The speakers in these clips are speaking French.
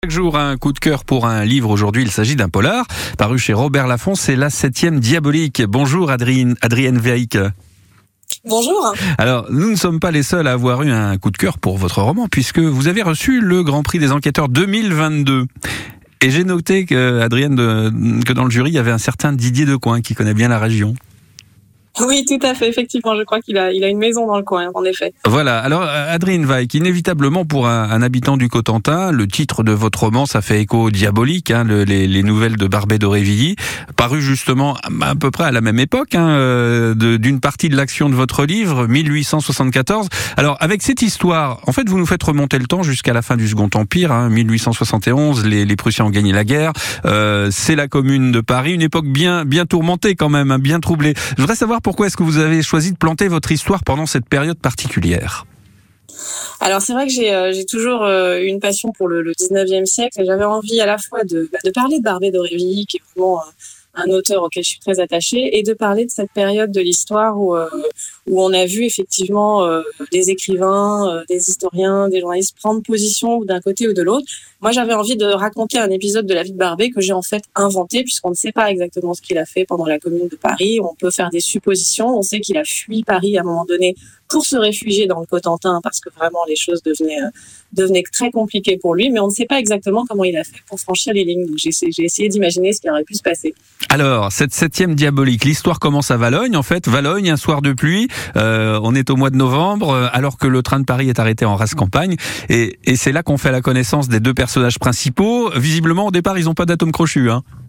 Chaque jour, un coup de cœur pour un livre. Aujourd'hui, il s'agit d'un polar paru chez Robert Laffont. C'est La 7e diabolique. Bonjour Adrienne Veik. Bonjour. Alors, nous ne sommes pas les seuls à avoir eu un coup de cœur pour votre roman, puisque vous avez reçu le Grand Prix des enquêteurs 2022. Et j'ai noté que dans le jury, il y avait un certain Didier Decoing qui connaît bien la région. Oui, tout à fait, effectivement. Je crois qu'il a une maison dans le coin, en effet. Voilà. Alors, Adrienne Veik, inévitablement pour un habitant du Cotentin, le titre de votre roman, ça fait écho au diabolique, les nouvelles de Barbey d'Aurevilly, paru justement à peu près à la même époque, d'une partie de l'action de votre livre, 1874. Alors, avec cette histoire, en fait, vous nous faites remonter le temps jusqu'à la fin du Second Empire, 1871, les Prussiens ont gagné la guerre, c'est la Commune de Paris, une époque bien tourmentée quand même, bien troublée. Je voudrais savoir pourquoi est-ce que vous avez choisi de planter votre histoire pendant cette période particulière ? Alors c'est vrai que j'ai toujours une passion pour le 19e siècle et j'avais envie à la fois de parler de Barbey d'Aurevilly, qui est vraiment un auteur auquel je suis très attachée, et de parler de cette période de l'histoire où on a vu effectivement des écrivains, des historiens, des journalistes prendre position d'un côté ou de l'autre. Moi, j'avais envie de raconter un épisode de la vie de Barbey que j'ai en fait inventé, puisqu'on ne sait pas exactement ce qu'il a fait pendant la Commune de Paris. On peut faire des suppositions. On sait qu'il a fui Paris à un moment donné pour se réfugier dans le Cotentin, parce que vraiment les choses devenaient très compliquées pour lui, mais on ne sait pas exactement comment il a fait pour franchir les lignes. Donc j'ai essayé d'imaginer ce qui aurait pu se passer. Alors, cette 7e diabolique, l'histoire commence à Valognes, en fait. Valognes, un soir de pluie, on est au mois de novembre, alors que le train de Paris est arrêté en rase campagne, et c'est là qu'on fait la connaissance des deux personnages principaux. Visiblement, au départ, ils n'ont pas d'atome crochu,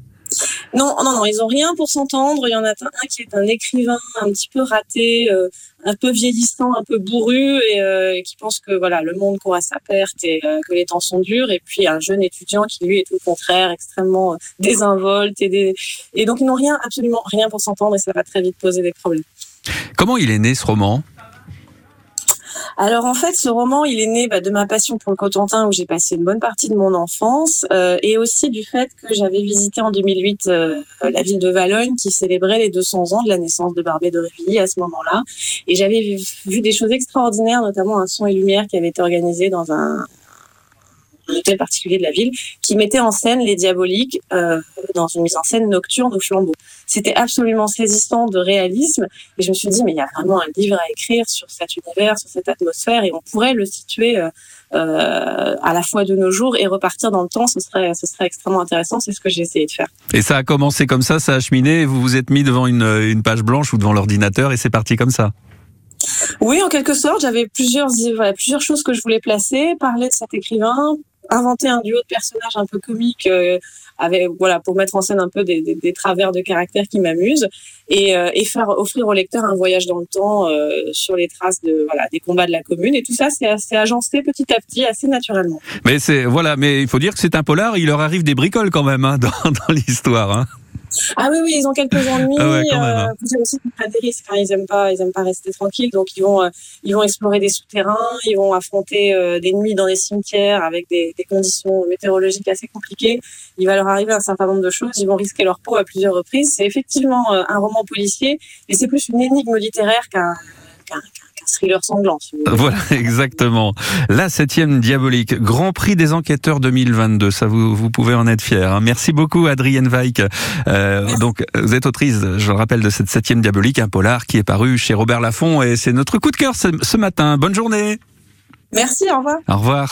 Non, ils ont rien pour s'entendre. Il y en a un qui est un écrivain un petit peu raté, un peu vieillissant, un peu bourru, et qui pense que voilà, le monde court à sa perte et que les temps sont durs. Et puis un jeune étudiant qui lui est tout le contraire, extrêmement désinvolte, et donc ils n'ont absolument rien pour s'entendre, et ça va très vite poser des problèmes. Comment il est né ce roman ? Alors en fait, ce roman, il est né de ma passion pour le Cotentin, où j'ai passé une bonne partie de mon enfance, et aussi du fait que j'avais visité en 2008 la ville de Valognes, qui célébrait les 200 ans de la naissance de Barbey d'Aurevilly à ce moment-là. Et j'avais vu des choses extraordinaires, notamment un son et lumière qui avait été organisé dans un hôtel particulier de la ville, qui mettait en scène les diaboliques dans une mise en scène nocturne au flambeau. C'était absolument saisissant de réalisme, et je me suis dit, mais il y a vraiment un livre à écrire sur cet univers, sur cette atmosphère, et on pourrait le situer à la fois de nos jours et repartir dans le temps. Ce serait extrêmement intéressant. C'est ce que j'ai essayé de faire. Et ça a commencé comme ça a cheminé, vous vous êtes mis devant une page blanche ou devant l'ordinateur, et c'est parti comme ça. Oui, en quelque sorte, j'avais plusieurs choses que je voulais placer, parler de cet écrivain, inventer un duo de personnages un peu comiques pour mettre en scène un peu des travers de caractère qui m'amusent, et offrir au lecteur un voyage dans le temps sur les traces des combats de la Commune, et tout ça c'est agencé petit à petit, assez naturellement. Mais il faut dire que c'est un polar, il leur arrive des bricoles quand même dans l'histoire. Ah oui, ils ont quelques ennuis. Quand même. Vous savez aussi qu'ils prennent des risques. Ils aiment pas rester tranquilles, donc ils vont explorer des souterrains, ils vont affronter des nuits dans des cimetières avec des conditions météorologiques assez compliquées. Il va leur arriver un certain nombre de choses. Ils vont risquer leur peau à plusieurs reprises. C'est effectivement un roman policier, mais c'est plus une énigme littéraire qu'un thriller sanglant. Si vous voulez. Voilà, exactement. La 7e diabolique, Grand Prix des enquêteurs 2022. Ça, vous pouvez en être fiers. Merci beaucoup, Adrienne Veik. Donc, vous êtes autrice, je le rappelle, de cette 7e diabolique, un polar qui est paru chez Robert Laffont, et c'est notre coup de cœur ce matin. Bonne journée. Merci, au revoir. Au revoir.